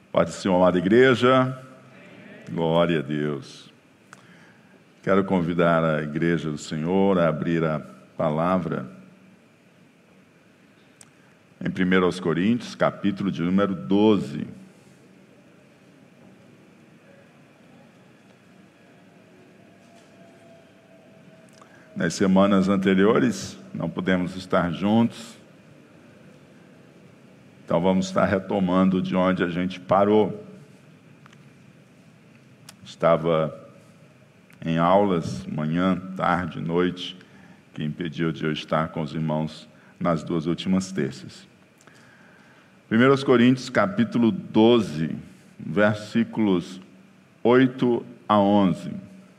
Pode ser, amada igreja. Glória a Deus. Quero convidar a igreja do Senhor a abrir a palavra em 1 Coríntios, capítulo de número 12. Nas semanas anteriores, não pudemos estar juntos, então vamos estar retomando de onde a gente parou. Estava em aulas, manhã, tarde, noite, que impediu de eu estar com os irmãos nas duas últimas terças. 1 Coríntios, capítulo 12, versículos 8 a 11.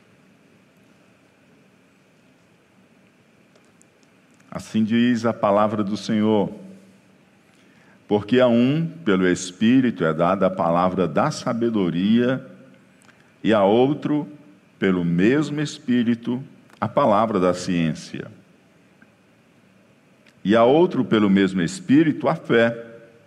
Assim diz a palavra do Senhor: porque a um, pelo Espírito, é dada a palavra da sabedoria, e a outro, pelo mesmo Espírito, a palavra da ciência. E a outro, pelo mesmo Espírito, a fé.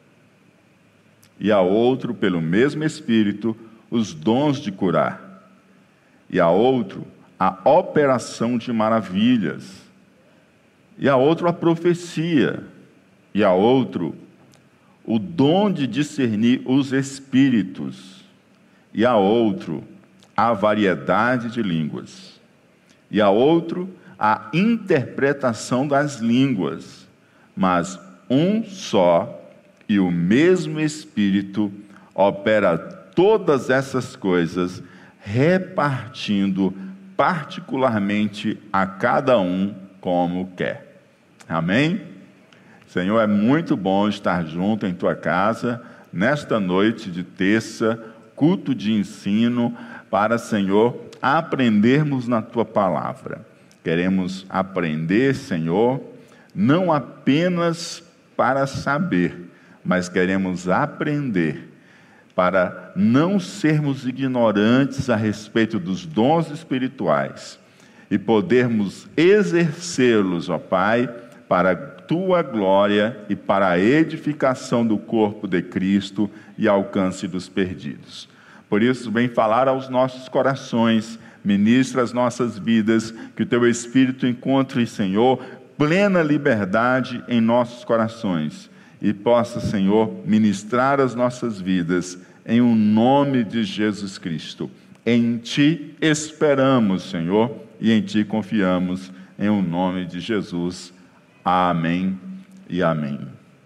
E a outro, pelo mesmo Espírito, os dons de curar. E a outro, a operação de maravilhas. E a outro, a profecia. E a outro, o dom de discernir os espíritos. E a outro, a variedade de línguas. E a outro, a interpretação das línguas. Mas um só e o mesmo Espírito opera todas essas coisas, repartindo particularmente a cada um como quer. Amém? Senhor, é muito bom estar junto em Tua casa, nesta noite de terça, culto de ensino, para, Senhor, aprendermos na Tua palavra. Queremos aprender, Senhor, não apenas para saber, mas queremos aprender para não sermos ignorantes a respeito dos dons espirituais e podermos exercê-los, ó Pai, para a Tua glória e para a edificação do corpo de Cristo e alcance dos perdidos. Por isso, vem falar aos nossos corações, ministra as nossas vidas, que o Teu Espírito encontre, Senhor, plena liberdade em nossos corações e possa, Senhor, ministrar as nossas vidas em o nome de Jesus Cristo. Em Ti esperamos, Senhor, e em Ti confiamos, em o nome de Jesus. Amém e amém.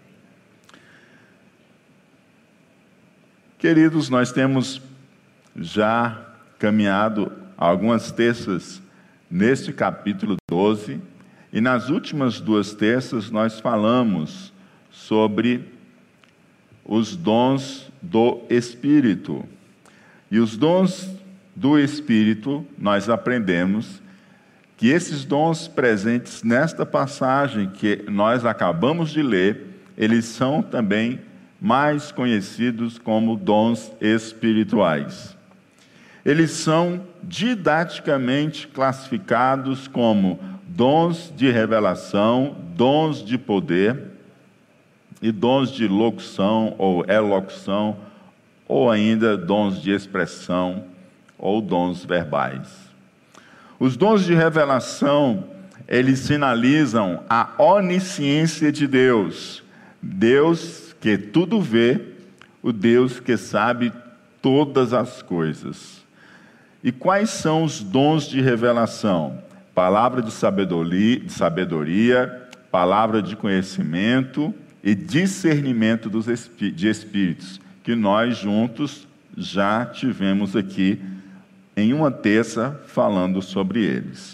Queridos, nós temos já caminhado algumas terças neste capítulo 12, e nas últimas duas terças nós falamos sobre os dons do Espírito. E os dons do Espírito, nós aprendemos que esses dons presentes nesta passagem que nós acabamos de ler, eles são também mais conhecidos como dons espirituais. Eles são didaticamente classificados como dons de revelação, dons de poder e dons de locução ou elocução, ou ainda dons de expressão ou dons verbais. Os dons de revelação, eles sinalizam a onisciência de Deus. Deus que tudo vê, o Deus que sabe todas as coisas. E quais são os dons de revelação? Palavra de sabedoria, palavra de conhecimento e discernimento de espíritos, que nós juntos já tivemos aqui em uma terça falando sobre eles.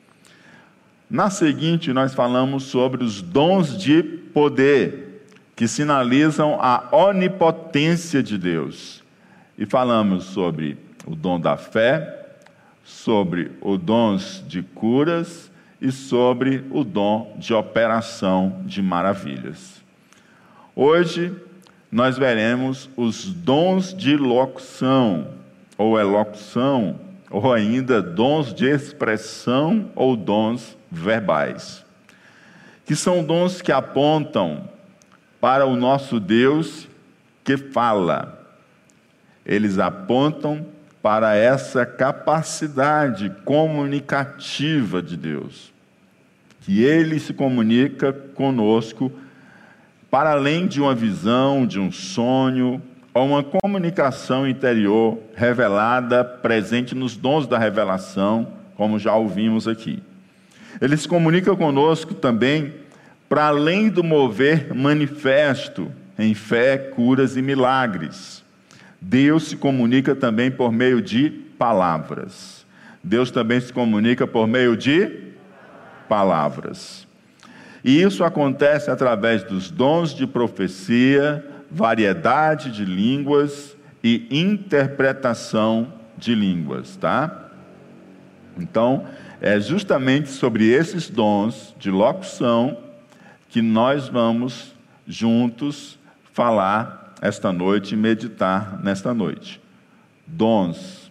Na seguinte, nós falamos sobre os dons de poder, que sinalizam a onipotência de Deus. E falamos sobre o dom da fé, sobre os dons de curas e sobre o dom de operação de maravilhas. Hoje, nós veremos os dons de locução, ou elocução, ou ainda dons de expressão ou dons verbais, que são dons que apontam para o nosso Deus que fala, eles apontam para essa capacidade comunicativa de Deus, que Ele se comunica conosco para além de uma visão, de um sonho, ou uma comunicação interior revelada, presente nos dons da revelação, como já ouvimos aqui. Ele se comunica conosco também para além do mover manifesto em fé, curas e milagres. Deus se comunica também por meio de palavras. Deus também se comunica por meio de palavras. E isso acontece através dos dons de profecia, variedade de línguas e interpretação de línguas, tá? Então, é justamente sobre esses dons de locução que nós vamos juntos falar esta noite e meditar nesta noite. Dons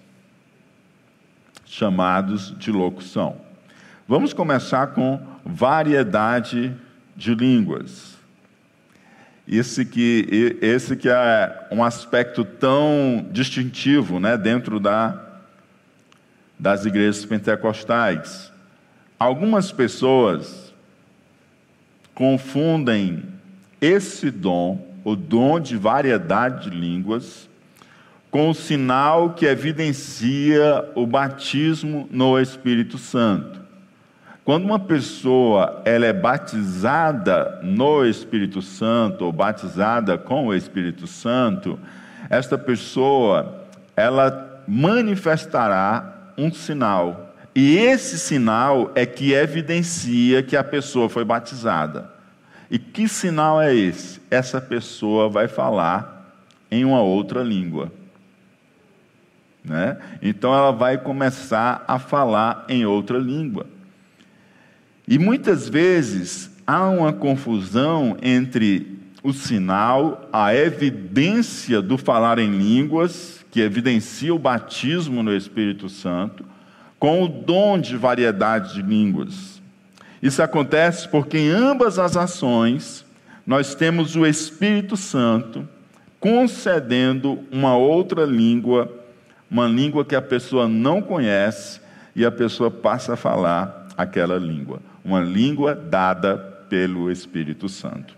chamados de locução. Vamos começar com variedade de línguas. Esse que é um aspecto tão distintivo, né, dentro das igrejas pentecostais. Algumas pessoas confundem esse dom, o dom de variedade de línguas, com o sinal que evidencia o batismo no Espírito Santo. Quando uma pessoa ela é batizada no Espírito Santo, ou batizada com o Espírito Santo, esta pessoa ela manifestará um sinal. E esse sinal é que evidencia que a pessoa foi batizada. E que sinal é esse? Essa pessoa vai falar em uma outra língua, né? Então ela vai começar a falar em outra língua. E muitas vezes há uma confusão entre o sinal, a evidência do falar em línguas, que evidencia o batismo no Espírito Santo, com o dom de variedade de línguas. Isso acontece porque em ambas as ações nós temos o Espírito Santo concedendo uma outra língua, uma língua que a pessoa não conhece, e a pessoa passa a falar aquela língua, uma língua dada pelo Espírito Santo.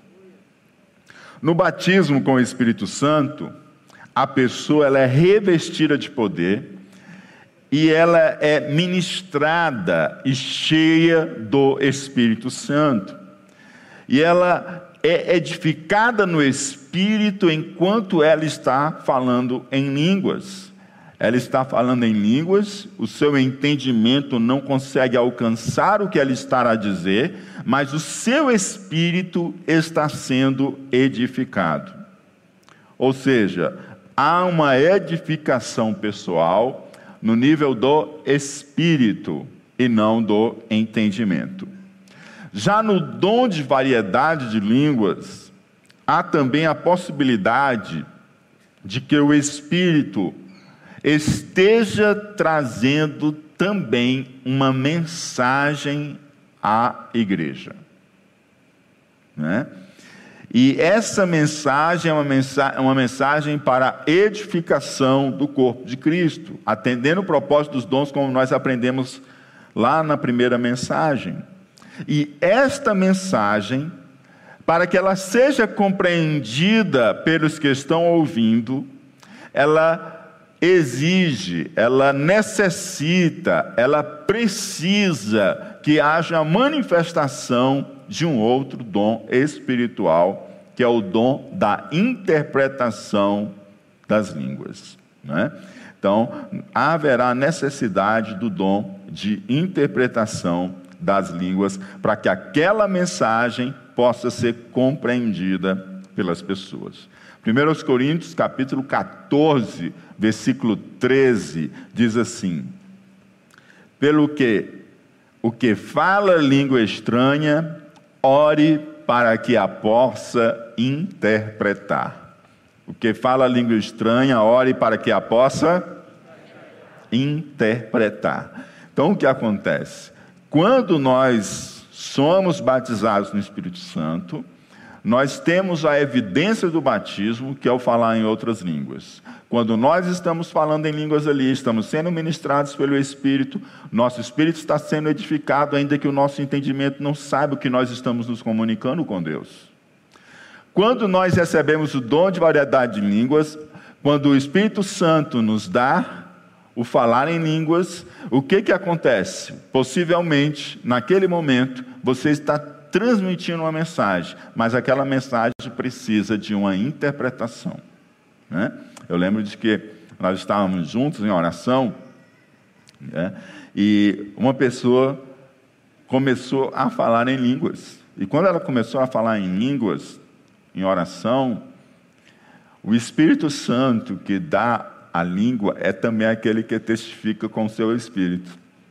No batismo com o Espírito Santo, a pessoa ela é revestida de poder e ela é ministrada e cheia do Espírito Santo. E ela é edificada no Espírito enquanto ela está falando em línguas. Ela está falando em línguas, o seu entendimento não consegue alcançar o que ela está a dizer, mas o seu espírito está sendo edificado. Ou seja, há uma edificação pessoal no nível do espírito e não do entendimento. Já no dom de variedade de línguas, há também a possibilidade de que o espírito esteja trazendo também uma mensagem à igreja, né? E essa mensagem é uma mensagem para a edificação do corpo de Cristo, atendendo o propósito dos dons, como nós aprendemos lá na primeira mensagem. E esta mensagem, para que ela seja compreendida pelos que estão ouvindo, ela exige, ela necessita, ela precisa que haja a manifestação de um outro dom espiritual, que é o dom da interpretação das línguas, né? Então, haverá necessidade do dom de interpretação das línguas para que aquela mensagem possa ser compreendida pelas pessoas. 1 Coríntios, capítulo 14, versículo 13, diz assim: pelo que o que fala língua estranha, ore para que a possa interpretar. O que fala língua estranha, ore para que a possa interpretar. Então, o que acontece? Quando nós somos batizados no Espírito Santo, nós temos a evidência do batismo, que é o falar em outras línguas. Quando nós estamos falando em línguas ali, estamos sendo ministrados pelo Espírito, nosso espírito está sendo edificado, ainda que o nosso entendimento não saiba o que nós estamos nos comunicando com Deus. Quando nós recebemos o dom de variedade de línguas, quando o Espírito Santo nos dá o falar em línguas, o que acontece? Possivelmente, naquele momento, você está transmitindo uma mensagem, mas aquela mensagem precisa de uma interpretação, né? Eu lembro de que nós estávamos juntos em oração, né? E uma pessoa começou a falar em línguas. E quando ela começou a falar em línguas, em oração, o Espírito Santo que dá a língua é também aquele que testifica com o seu espírito.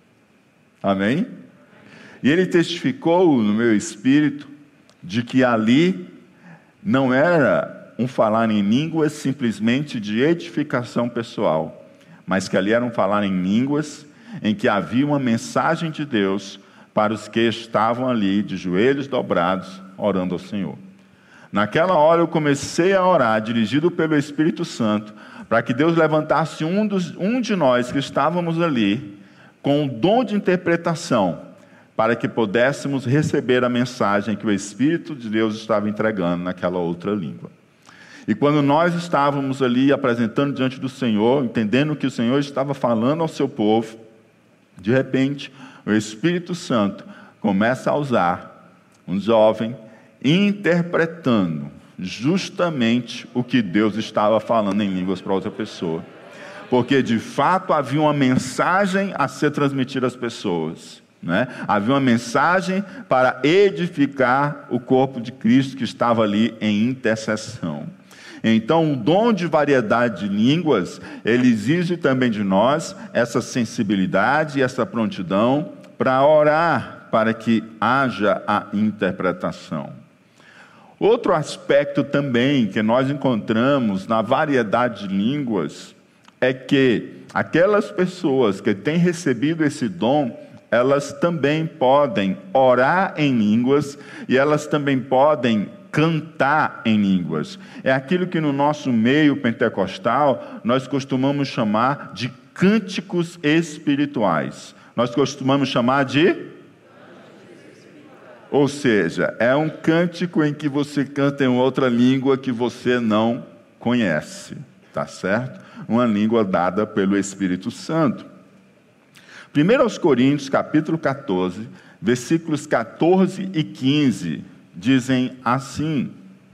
Amém? E ele testificou no meu espírito de que ali não era um falar em línguas simplesmente de edificação pessoal, mas que ali era um falar em línguas em que havia uma mensagem de Deus para os que estavam ali de joelhos dobrados, orando ao Senhor. Naquela hora eu comecei a orar, dirigido pelo Espírito Santo, para que Deus levantasse um de nós que estávamos ali, com o dom de interpretação, para que pudéssemos receber a mensagem que o Espírito de Deus estava entregando naquela outra língua. E quando nós estávamos ali apresentando diante do Senhor, entendendo que o Senhor estava falando ao seu povo, de repente, o Espírito Santo começa a usar um jovem interpretando justamente o que Deus estava falando em línguas para outra pessoa. Porque de fato havia uma mensagem a ser transmitida às pessoas, né? Havia uma mensagem para edificar o corpo de Cristo que estava ali em intercessão. Então, o dom de variedade de línguas, ele exige também de nós essa sensibilidade e essa prontidão para orar, para que haja a interpretação. Outro aspecto também que nós encontramos na variedade de línguas é que aquelas pessoas que têm recebido esse dom, elas também podem orar em línguas e elas também podem cantar em línguas. É aquilo que no nosso meio pentecostal nós costumamos chamar de cânticos espirituais. Nós costumamos chamar de... Ou seja, é um cântico em que você canta em outra língua que você não conhece, tá certo? Uma língua dada pelo Espírito Santo. 1 Coríntios, capítulo 14, versículos 14 e 15, dizem assim: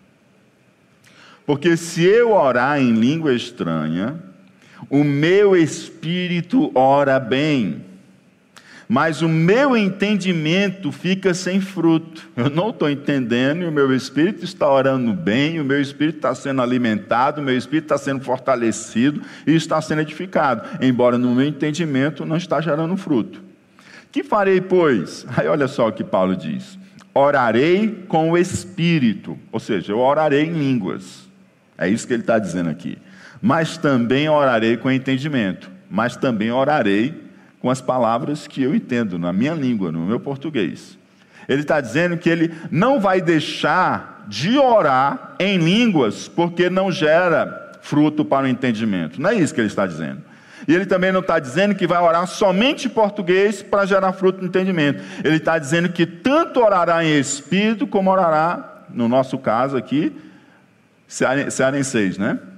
porque se eu orar em língua estranha, o meu espírito ora bem, mas o meu entendimento fica sem fruto. Eu não estou entendendo, e o meu espírito está orando bem, o meu espírito está sendo alimentado, o meu espírito está sendo fortalecido e está sendo edificado, embora no meu entendimento não está gerando fruto. Que farei, pois? Aí olha só o que Paulo diz: orarei com o espírito, ou seja, eu orarei em línguas. É isso que ele está dizendo aqui. Mas também orarei com entendimento, mas também orarei com as palavras que eu entendo, na minha língua, no meu português. Ele está dizendo que ele não vai deixar de orar em línguas, porque não gera fruto para o entendimento. Não é isso que ele está dizendo. E ele também não está dizendo que vai orar somente em português para gerar fruto no entendimento. Ele está dizendo que tanto orará em espírito, como orará, no nosso caso aqui, cearenseis, né?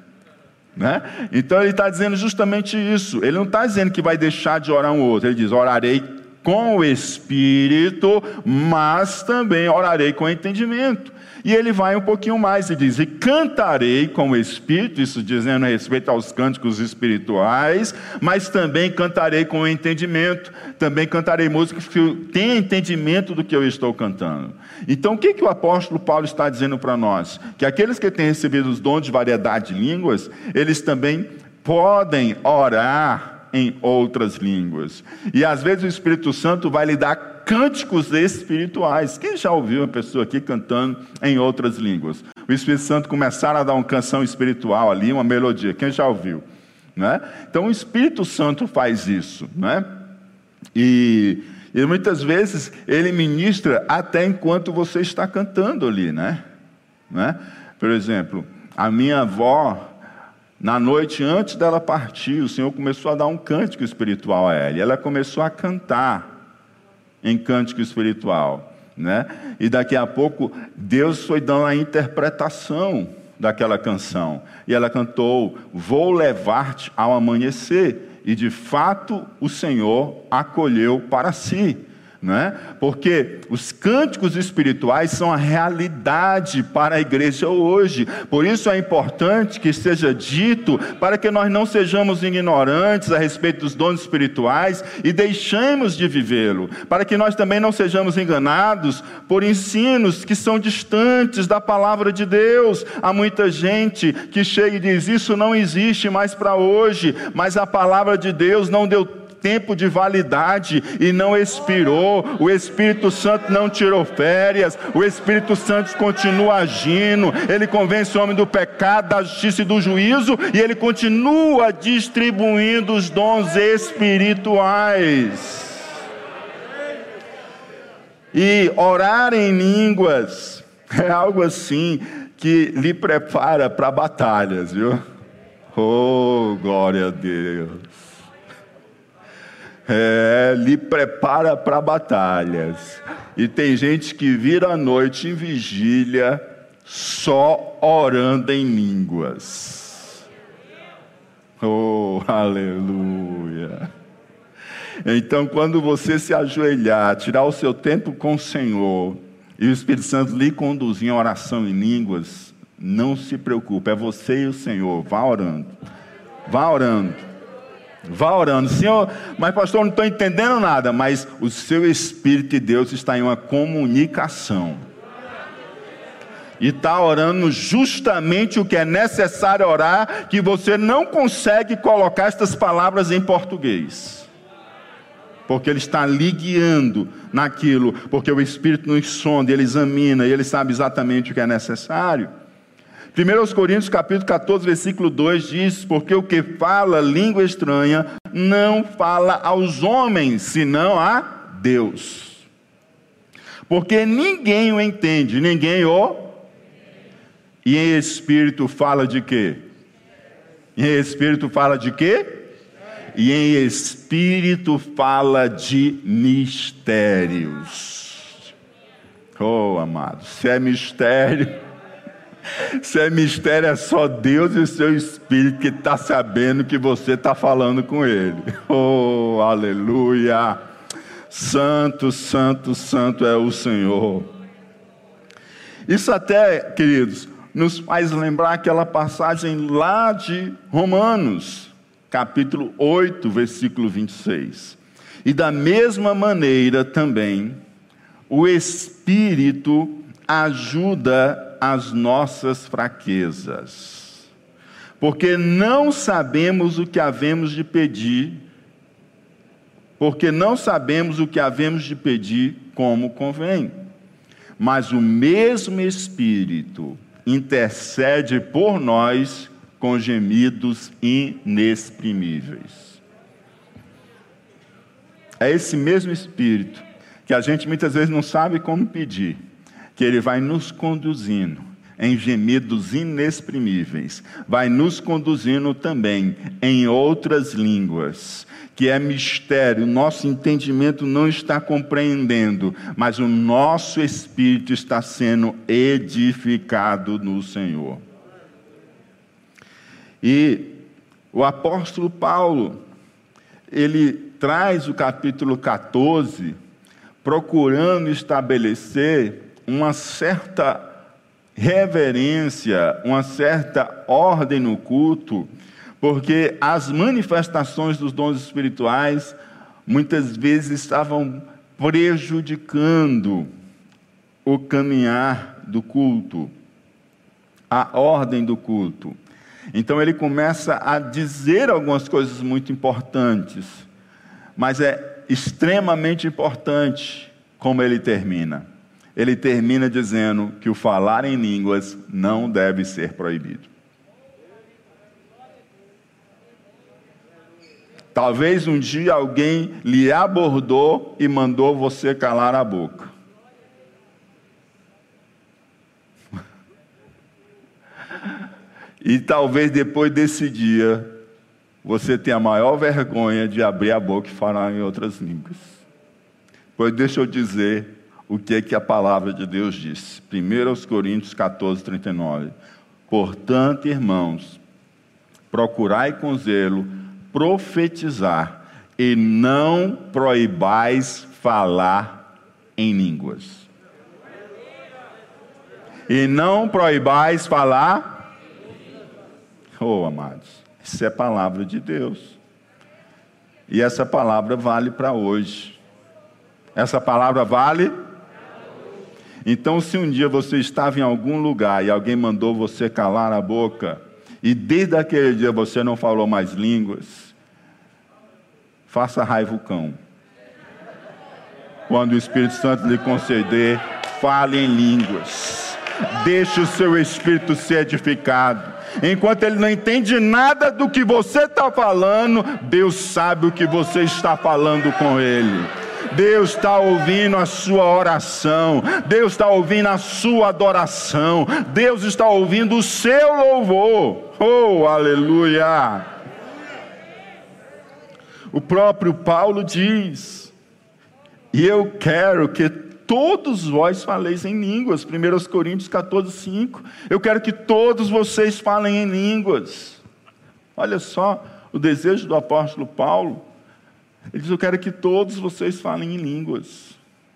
Então ele está dizendo justamente isso. Ele não está dizendo que vai deixar de orar um outro. Ele diz: orarei com o espírito, mas também orarei com entendimento. E ele vai um pouquinho mais e diz: e cantarei com o espírito, isso dizendo a respeito aos cânticos espirituais, mas também cantarei com o entendimento. Também cantarei músicas que tenham entendimento do que eu estou cantando. Então o que o apóstolo Paulo está dizendo para nós? Que aqueles que têm recebido os dons de variedade de línguas, eles também podem orar em outras línguas. E às vezes o Espírito Santo vai lhe dar cânticos espirituais. Quem já ouviu uma pessoa aqui cantando em outras línguas? O Espírito Santo começar a dar uma canção espiritual ali, uma melodia. Quem já ouviu? Né? Então o Espírito Santo faz isso, né? E muitas vezes ele ministra até enquanto você está cantando ali, né? né? Por exemplo, a minha avó, na noite antes dela partir, o Senhor começou a dar um cântico espiritual a ela. E ela começou a cantar em cântico espiritual, né? E daqui a pouco, Deus foi dando a interpretação daquela canção. E ela cantou, vou levar-te ao amanhecer. E de fato, o Senhor acolheu para si. Né? Porque os cânticos espirituais são a realidade para a igreja hoje. Por isso é importante que seja dito, para que nós não sejamos ignorantes a respeito dos dons espirituais e deixemos de vivê-lo, para que nós também não sejamos enganados por ensinos que são distantes da palavra de Deus. Há muita gente que chega e diz, isso não existe mais para hoje, mas a palavra de Deus não deu tempo de validade e não expirou. O Espírito Santo não tirou férias. O Espírito Santo continua agindo. Ele convence o homem do pecado, da justiça e do juízo, e ele continua distribuindo os dons espirituais. E orar em línguas é algo assim que lhe prepara para batalhas, viu? Oh, glória a Deus! Lhe prepara para batalhas. E tem gente que vira a noite em vigília só orando em línguas. Oh, aleluia! Então, quando você se ajoelhar, tirar o seu tempo com o Senhor, e o Espírito Santo lhe conduzir em oração em línguas, não se preocupe, é você e o Senhor. Vá orando, vá orando. Vá orando, Senhor, mas pastor, não estou entendendo nada. Mas o seu Espírito e Deus está em uma comunicação. E está orando justamente o que é necessário orar, que você não consegue colocar estas palavras em português. Porque Ele está lhe guiando naquilo, porque o Espírito nos sonda, Ele examina, e Ele sabe exatamente o que é necessário. 1 Coríntios capítulo 14, versículo 2 diz, porque o que fala língua estranha não fala aos homens, senão a Deus. Porque ninguém o entende, ninguém o... E em espírito fala de quê? Em espírito fala de quê? E em espírito fala de mistérios. Oh, amado, se é mistério... Se é mistério, é só Deus e o seu Espírito que está sabendo que você está falando com Ele. Oh, aleluia! Santo, santo, santo é o Senhor. Isso até, queridos, nos faz lembrar aquela passagem lá de Romanos, capítulo 8, versículo 26. E da mesma maneira também, o Espírito ajuda as nossas fraquezas, porque não sabemos o que havemos de pedir, como convém, mas o mesmo Espírito intercede por nós com gemidos inexprimíveis. É esse mesmo Espírito que a gente muitas vezes não sabe como pedir, que Ele vai nos conduzindo em gemidos inexprimíveis, vai nos conduzindo também em outras línguas, que é mistério, nosso entendimento não está compreendendo, mas o nosso espírito está sendo edificado no Senhor. E o apóstolo Paulo, ele traz o capítulo 14, procurando estabelecer uma certa reverência, uma certa ordem no culto, porque as manifestações dos dons espirituais muitas vezes estavam prejudicando o caminhar do culto, a ordem do culto. Então ele começa a dizer algumas coisas muito importantes, mas é extremamente importante como ele termina. Ele termina dizendo que o falar em línguas não deve ser proibido. Talvez um dia alguém lhe abordou e mandou você calar a boca. E talvez depois desse dia, você tenha a maior vergonha de abrir a boca e falar em outras línguas. Pois deixa eu dizer o que é que a palavra de Deus diz. 1 Coríntios 14, 39. Portanto, irmãos, procurai com zelo profetizar, e não proibais falar em línguas. E não proibais falar. Oh, amados, isso é palavra de Deus. E essa palavra vale para hoje. Essa palavra vale. Então, se um dia você estava em algum lugar e alguém mandou você calar a boca, e desde aquele dia você não falou mais línguas, faça raiva o cão. Quando o Espírito Santo lhe conceder, fale em línguas. Deixe o seu espírito ser edificado. Enquanto ele não entende nada do que você está falando, Deus sabe o que você está falando com ele. Deus está ouvindo a sua oração. Deus está ouvindo a sua adoração. Deus está ouvindo o seu louvor. Oh, aleluia! O próprio Paulo diz: e eu quero que todos vós faleis em línguas. 1 Coríntios 14, 5. Eu quero que todos vocês falem em línguas. Olha só o desejo do apóstolo Paulo. Ele diz: eu quero que todos vocês falem em línguas.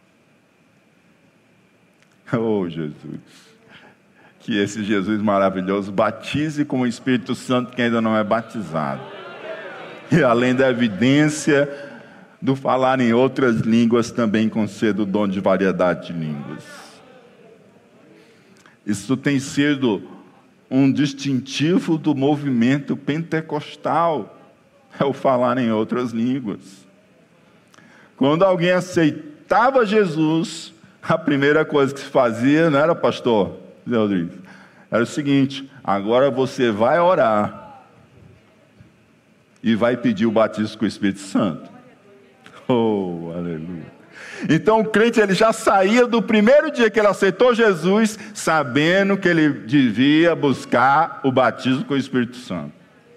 Oh, Jesus! Que esse Jesus maravilhoso batize com o Espírito Santo quem ainda não é batizado. E além da evidência do falar em outras línguas, também conceda o dom de variedade de línguas. Isso tem sido um distintivo do movimento pentecostal, é o falar em outras línguas. Quando alguém aceitava Jesus, a primeira coisa que se fazia, não era, pastor Zé Rodrigues? Era o seguinte: agora você vai orar e vai pedir o batismo com o Espírito Santo. Oh, aleluia! Então o crente, ele já saía do primeiro dia que ele aceitou Jesus, sabendo que ele devia buscar o batismo com o Espírito Santo,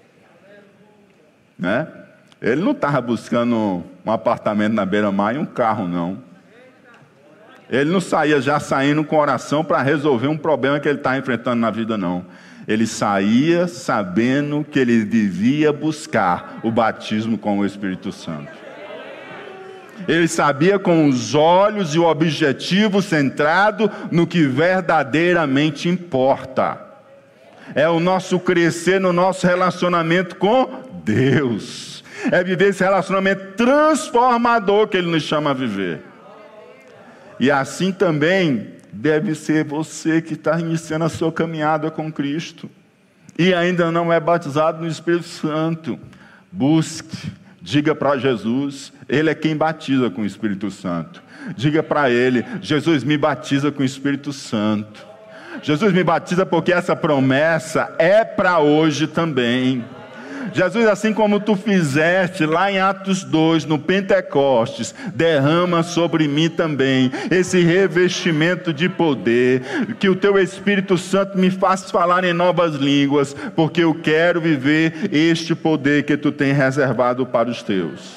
né? Ele não estava buscando um apartamento na beira-mar e um carro, não. Ele não saía já saindo com oração para resolver um problema que ele estava enfrentando na vida, não. Ele saía sabendo que ele devia buscar o batismo com o Espírito Santo. Ele sabia com os olhos e o objetivo centrado no que verdadeiramente importa. É o nosso crescer no nosso relacionamento com Deus. É viver esse relacionamento transformador que Ele nos chama a viver. E assim também deve ser você que está iniciando a sua caminhada com Cristo e ainda não é batizado no Espírito Santo. Busque, diga para Jesus, Ele é quem batiza com o Espírito Santo. Diga para Ele: Jesus, me batiza com o Espírito Santo. Jesus, me batiza porque essa promessa é para hoje também. Jesus, assim como tu fizeste lá em Atos 2, no Pentecostes, derrama sobre mim também esse revestimento de poder, que o teu Espírito Santo me faça falar em novas línguas, porque eu quero viver este poder que tu tens reservado para os teus.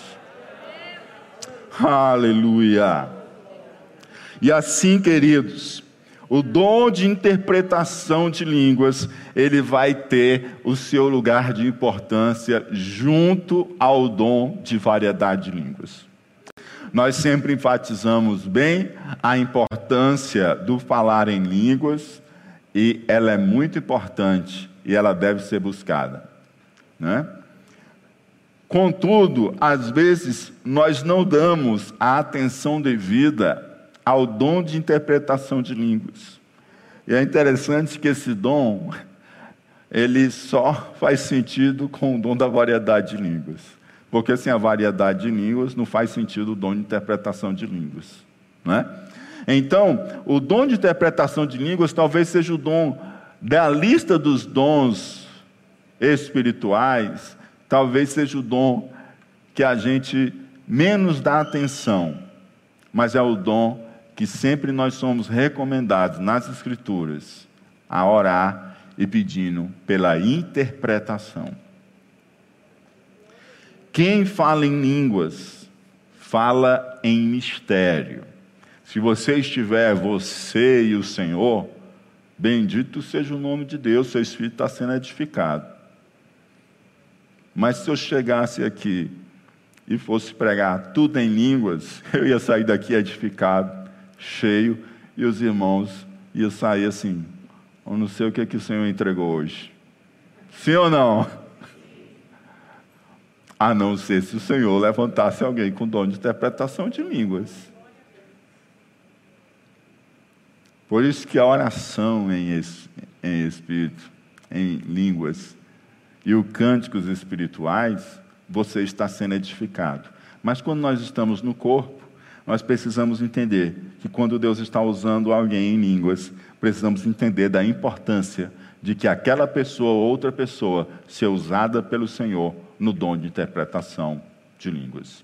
Aleluia! E assim, queridos, o dom de interpretação de línguas, ele vai ter o seu lugar de importância junto ao dom de variedade de línguas. Nós sempre enfatizamos bem a importância do falar em línguas, e ela é muito importante e ela deve ser buscada, né? Contudo, às vezes, nós não damos a atenção devida ao dom de interpretação de línguas. E é interessante que esse dom, ele só faz sentido com o dom da variedade de línguas. Porque sem a variedade de línguas, não faz sentido o dom de interpretação de línguas, né? Então, o dom de interpretação de línguas talvez seja o dom da lista dos dons espirituais, talvez seja o dom que a gente menos dá atenção, mas é o dom que sempre nós somos recomendados nas Escrituras a orar e pedindo pela interpretação. Quem fala em línguas, fala em mistério. Se você estiver, você e o Senhor, bendito seja o nome de Deus, seu espírito está sendo edificado. Mas se eu chegasse aqui e fosse pregar tudo em línguas, eu ia sair daqui edificado, cheio, e os irmãos iam sair assim, eu não sei o que o Senhor entregou hoje. Sim ou não? A não ser se o Senhor levantasse alguém com dom de interpretação de línguas. Por isso que a oração em espírito, em línguas, e os cânticos espirituais, você está sendo edificado. Mas quando nós estamos no corpo, nós precisamos entender que quando Deus está usando alguém em línguas, precisamos entender da importância de que aquela pessoa ou outra pessoa seja usada pelo Senhor no dom de interpretação de línguas.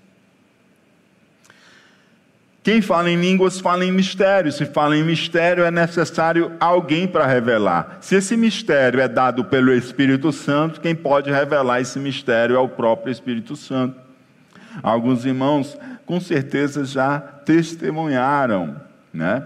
Quem fala em línguas, fala em mistério. Se fala em mistério, é necessário alguém para revelar. Se esse mistério é dado pelo Espírito Santo, quem pode revelar esse mistério é o próprio Espírito Santo. Alguns irmãos, com certeza, já testemunharam, né?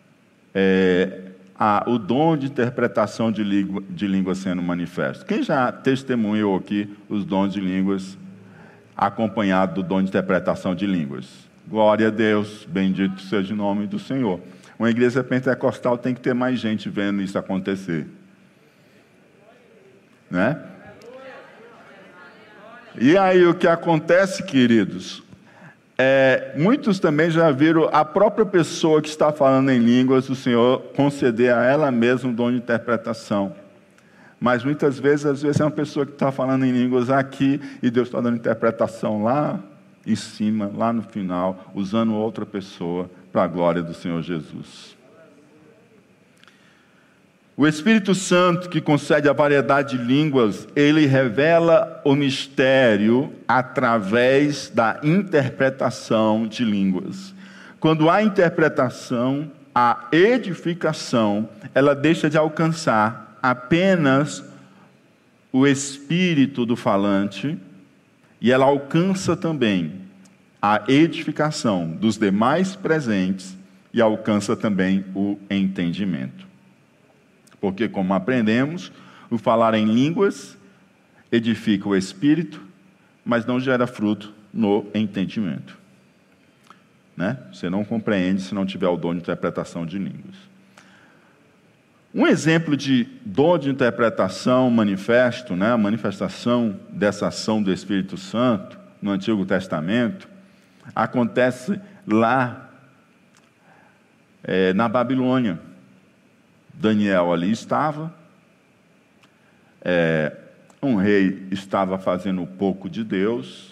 O dom de interpretação de língua sendo manifesto. Quem já testemunhou aqui os dons de línguas acompanhado do dom de interpretação de línguas? Glória a Deus, bendito seja o nome do Senhor. Uma igreja pentecostal tem que ter mais gente vendo isso acontecer. Né? E aí o que acontece, queridos, muitos também já viram a própria pessoa que está falando em línguas, o Senhor conceder a ela mesma um dom de interpretação. Mas muitas vezes, é uma pessoa que está falando em línguas aqui, e Deus está dando interpretação lá em cima, lá no final, usando outra pessoa para a glória do Senhor Jesus. O Espírito Santo, que concede a variedade de línguas, ele revela o mistério através da interpretação de línguas. Quando há interpretação, a edificação, ela deixa de alcançar apenas o espírito do falante, e ela alcança também a edificação dos demais presentes e alcança também o entendimento. Porque, como aprendemos, o falar em línguas edifica o espírito, mas não gera fruto no entendimento. Né? Você não compreende se não tiver o dom de interpretação de línguas. Um exemplo de dom de interpretação manifesto, né, a manifestação dessa ação do Espírito Santo no Antigo Testamento, acontece lá na Babilônia. Daniel ali estava, um rei estava fazendo pouco de Deus,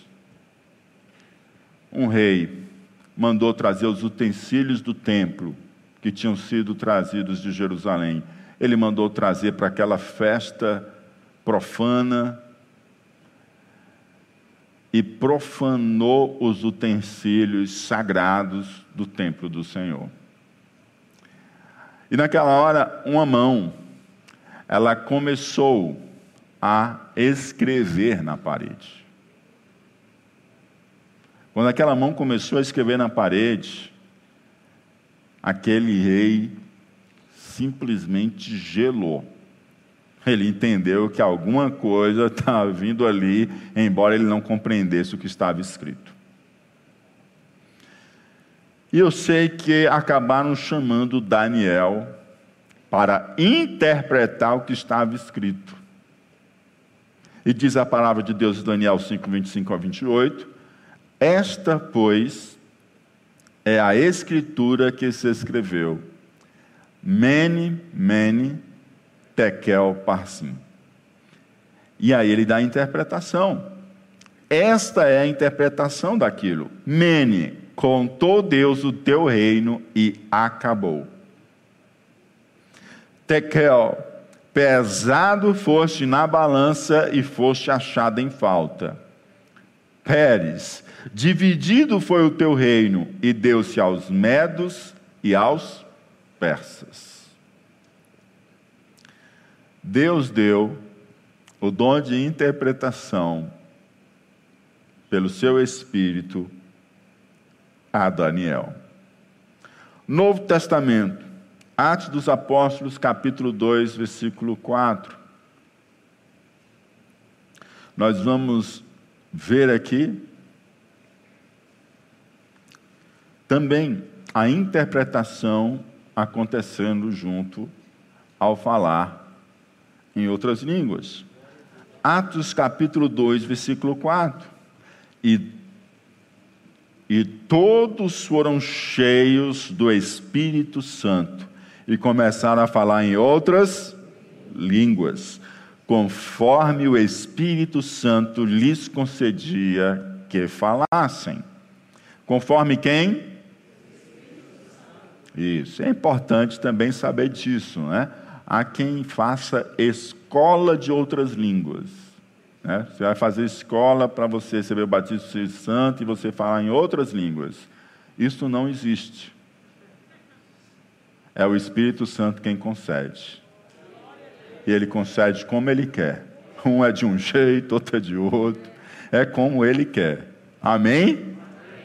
um rei mandou trazer os utensílios do templo, que tinham sido trazidos de Jerusalém. Ele mandou trazer para aquela festa profana e profanou os utensílios sagrados do templo do Senhor. E naquela hora, uma mão, ela começou a escrever na parede. Quando aquela mão começou a escrever na parede, aquele rei simplesmente gelou. Ele entendeu que alguma coisa estava vindo ali, embora ele não compreendesse o que estava escrito. E eu sei que acabaram chamando Daniel para interpretar o que estava escrito. E diz a palavra de Deus em Daniel 5, 25 a 28, esta, pois, é a escritura que se escreveu. Mene, mene, tekel, parsim. E aí ele dá a interpretação. Esta é a interpretação daquilo. Mene, contou Deus o teu reino e acabou. Tekel, pesado foste na balança e foste achado em falta. Pérez, dividido foi o teu reino e deu-se aos medos e aos persas. Deus deu o dom de interpretação pelo seu Espírito a Daniel. Novo Testamento, Atos dos Apóstolos, capítulo 2, versículo 4. Nós vamos ver aqui também a interpretação acontecendo junto ao falar em outras línguas. Atos capítulo 2, versículo 4. E todos foram cheios do Espírito Santo e começaram a falar em outras línguas, conforme o Espírito Santo lhes concedia que falassem. Conforme quem? Isso, é importante também saber disso, né? Há quem faça escola de outras línguas, né? Você vai fazer escola para você receber o batismo do Espírito Santo e você falar em outras línguas. Isso não existe. É o Espírito Santo quem concede. E Ele concede como Ele quer. Um é de um jeito, outro é de outro. É como Ele quer. Amém?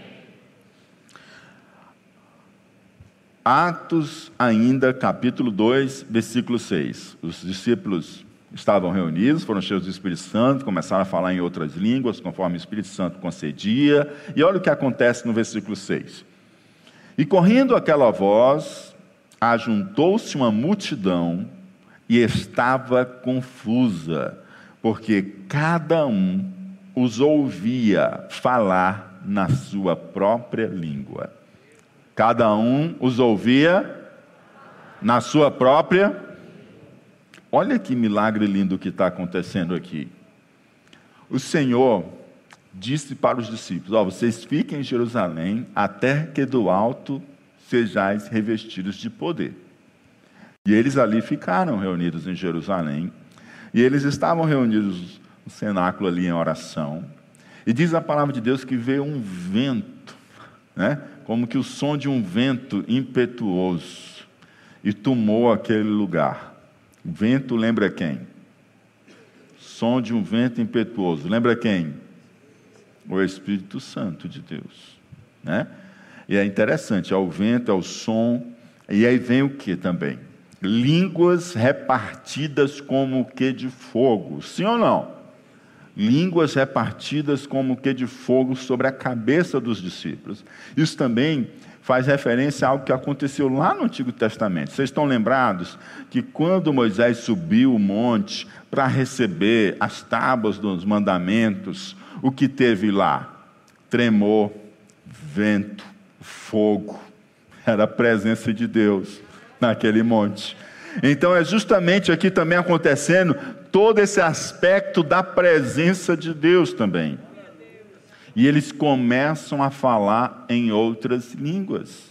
Atos ainda, capítulo 2, versículo 6. Os discípulos estavam reunidos, foram cheios do Espírito Santo, começaram a falar em outras línguas, conforme o Espírito Santo concedia. E olha o que acontece no versículo 6. E correndo aquela voz, ajuntou-se uma multidão e estava confusa, porque cada um os ouvia falar na sua própria língua. Cada um os ouvia na sua própria. Olha que milagre lindo que está acontecendo aqui. O Senhor disse para os discípulos: vocês fiquem em Jerusalém até que do alto sejais revestidos de poder. E eles ali ficaram reunidos em Jerusalém. E eles estavam reunidos no cenáculo ali em oração. E diz a palavra de Deus que veio um vento, né? Como que o som de um vento impetuoso, e tomou aquele lugar. O vento lembra quem? Som de um vento impetuoso. Lembra quem? O Espírito Santo de Deus, né? E é interessante, é o vento, é o som, e aí vem o que também? Línguas repartidas como o que de fogo. Sim ou não? Línguas repartidas como o que de fogo sobre a cabeça dos discípulos. Isso também faz referência a algo que aconteceu lá no Antigo Testamento. Vocês estão lembrados que quando Moisés subiu o monte para receber as tábuas dos mandamentos, o que teve lá? Tremor, vento, fogo. Era a presença de Deus naquele monte. Então é justamente aqui também acontecendo todo esse aspecto da presença de Deus também. E eles começam a falar em outras línguas.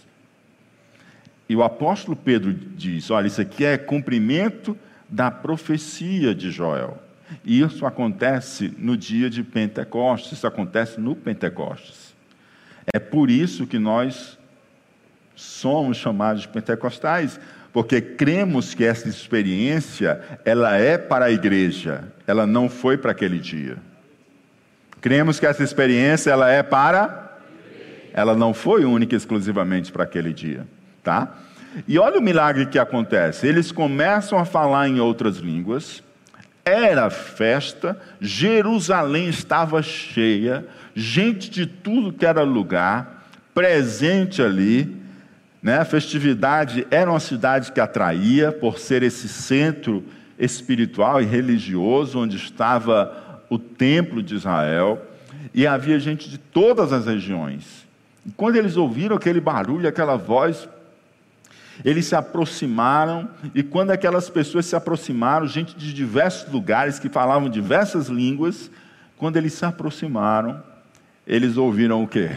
E o apóstolo Pedro diz: olha, isso aqui é cumprimento da profecia de Joel. E isso acontece no dia de Pentecostes, isso acontece no Pentecostes. É por isso que nós somos chamados de pentecostais, porque cremos que essa experiência, ela é para a igreja, ela não foi para aquele dia. Cremos que essa experiência, ela é para... Ela não foi única e exclusivamente para aquele dia, tá? E olha o milagre que acontece. Eles começam a falar em outras línguas, era festa, Jerusalém estava cheia, gente de tudo que era lugar, presente ali, né? A festividade era uma cidade que atraía, por ser esse centro espiritual e religioso, onde estava o templo de Israel, e havia gente de todas as regiões. E quando eles ouviram aquele barulho, aquela voz, eles se aproximaram, e quando aquelas pessoas se aproximaram, gente de diversos lugares, que falavam diversas línguas, quando eles se aproximaram, eles ouviram o quê?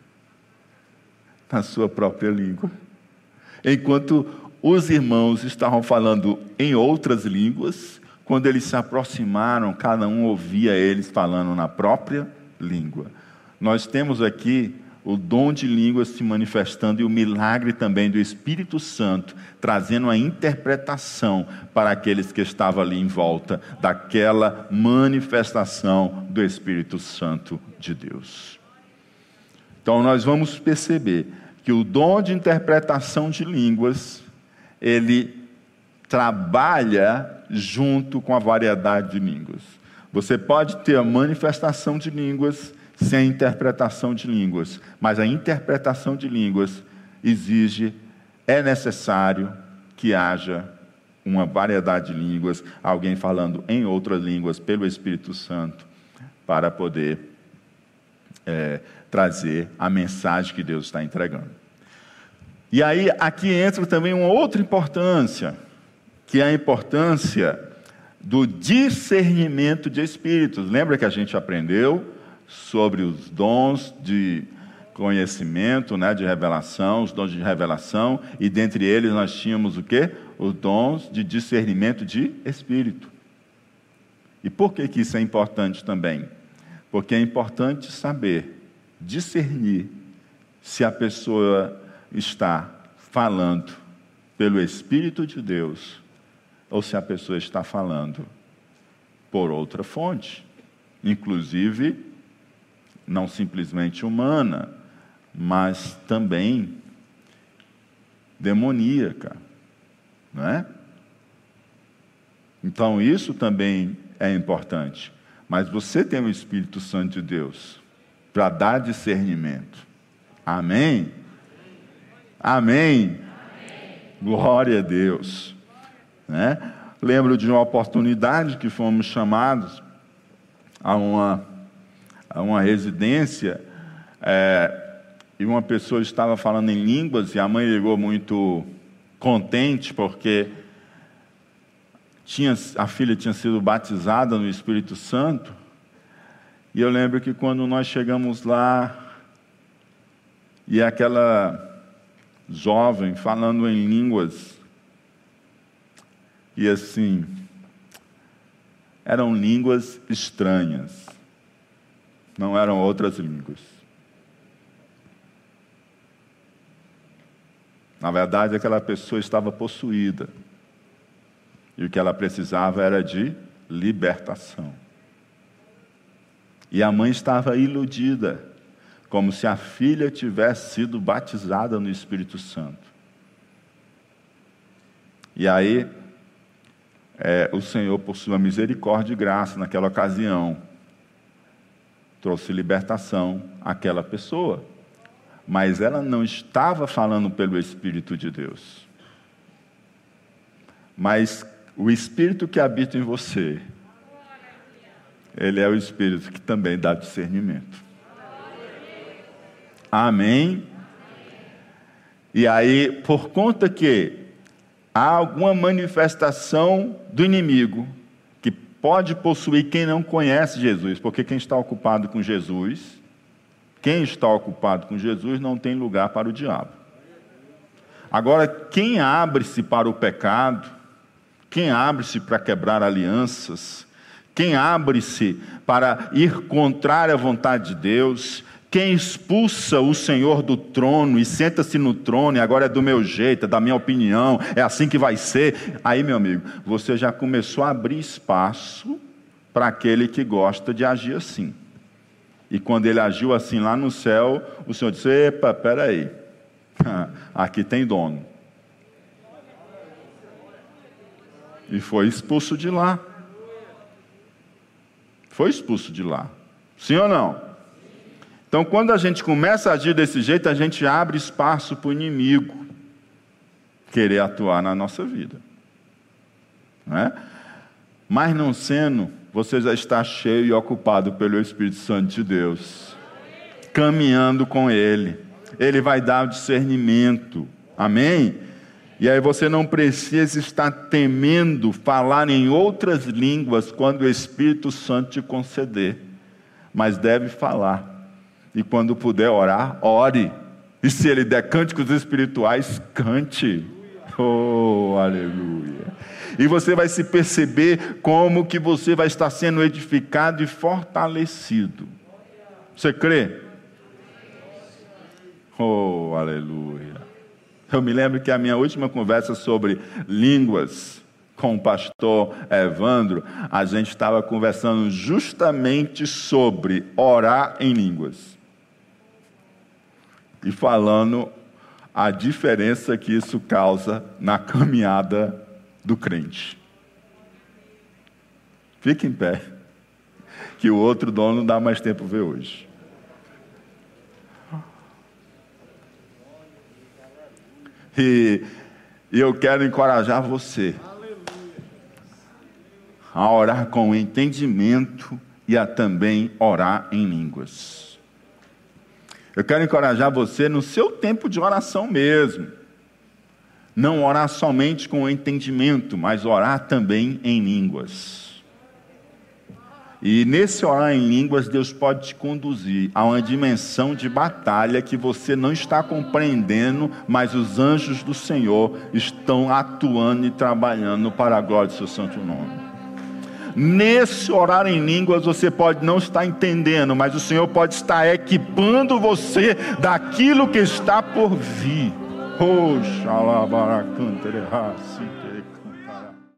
Na sua própria língua. Enquanto os irmãos estavam falando em outras línguas, quando eles se aproximaram, cada um ouvia eles falando na própria língua. Nós temos aqui o dom de línguas se manifestando e o milagre também do Espírito Santo, trazendo a interpretação para aqueles que estavam ali em volta daquela manifestação do Espírito Santo de Deus. Então nós vamos perceber que o dom de interpretação de línguas, ele trabalha junto com a variedade de línguas. Você pode ter a manifestação de línguas sem a interpretação de línguas, mas a interpretação de línguas é necessário que haja uma variedade de línguas, alguém falando em outras línguas pelo Espírito Santo, para poder trazer a mensagem que Deus está entregando. E aí, aqui entra também uma outra importância, que é a importância do discernimento de espíritos. Lembra que a gente aprendeu sobre os dons de conhecimento, de revelação, os dons de revelação, e dentre eles nós tínhamos o quê? Os dons de discernimento de espírito. E por que isso é importante também? Porque é importante saber, discernir, se a pessoa está falando pelo Espírito de Deus, ou se a pessoa está falando por outra fonte, inclusive não simplesmente humana, mas também demoníaca, não é? Então isso também é importante. Mas você tem o Espírito Santo de Deus para dar discernimento. Amém? Amém? Glória a Deus. Né? Lembro de uma oportunidade que fomos chamados a uma residência, e uma pessoa estava falando em línguas, e a mãe ligou muito contente, porque a filha tinha sido batizada no Espírito Santo. E eu lembro que quando nós chegamos lá, e aquela jovem falando em línguas, e assim, eram línguas estranhas, não eram outras línguas. Na verdade, aquela pessoa estava possuída, e o que ela precisava era de libertação. E a mãe estava iludida, como se a filha tivesse sido batizada no Espírito Santo. E aí, o Senhor, por sua misericórdia e graça, naquela ocasião, trouxe libertação àquela pessoa. Mas ela não estava falando pelo Espírito de Deus. Mas o Espírito que habita em você, ele é o Espírito que também dá discernimento. Amém? E aí, por conta que há alguma manifestação do inimigo que pode possuir quem não conhece Jesus, porque quem está ocupado com Jesus não tem lugar para o diabo. Agora, quem abre-se para o pecado, quem abre-se para quebrar alianças, quem abre-se para ir contrário à vontade de Deus, quem expulsa o Senhor do trono e senta-se no trono, e agora é do meu jeito, é da minha opinião, é assim que vai ser. Aí, meu amigo, você já começou a abrir espaço para aquele que gosta de agir assim. E quando ele agiu assim lá no céu, o Senhor disse: epa, peraí, aqui tem dono. E foi expulso de lá. Foi expulso de lá. Sim ou não? Então, quando a gente começa a agir desse jeito, a gente abre espaço para o inimigo querer atuar na nossa vida. Não é? Mas não sendo, você já está cheio e ocupado pelo Espírito Santo de Deus, caminhando com Ele. Ele vai dar o discernimento. Amém? E aí você não precisa estar temendo falar em outras línguas quando o Espírito Santo te conceder. Mas deve falar. E quando puder orar, ore. E se Ele der cânticos espirituais, cante. Oh, aleluia. E você vai se perceber como que você vai estar sendo edificado e fortalecido. Você crê? Oh, aleluia. Eu me lembro que a minha última conversa sobre línguas com o pastor Evandro, a gente estava conversando justamente sobre orar em línguas. E falando a diferença que isso causa na caminhada do crente. Fique em pé, que o outro dono não dá mais tempo ver hoje. E eu quero encorajar você a orar com entendimento e a também orar em línguas. Eu quero encorajar você no seu tempo de oração mesmo. Não orar somente com entendimento, mas orar também em línguas. E nesse orar em línguas, Deus pode te conduzir a uma dimensão de batalha que você não está compreendendo, mas os anjos do Senhor estão atuando e trabalhando para a glória do seu santo nome. Nesse orar em línguas, você pode não estar entendendo, mas o Senhor pode estar equipando você daquilo que está por vir. Oh, xalabaracante,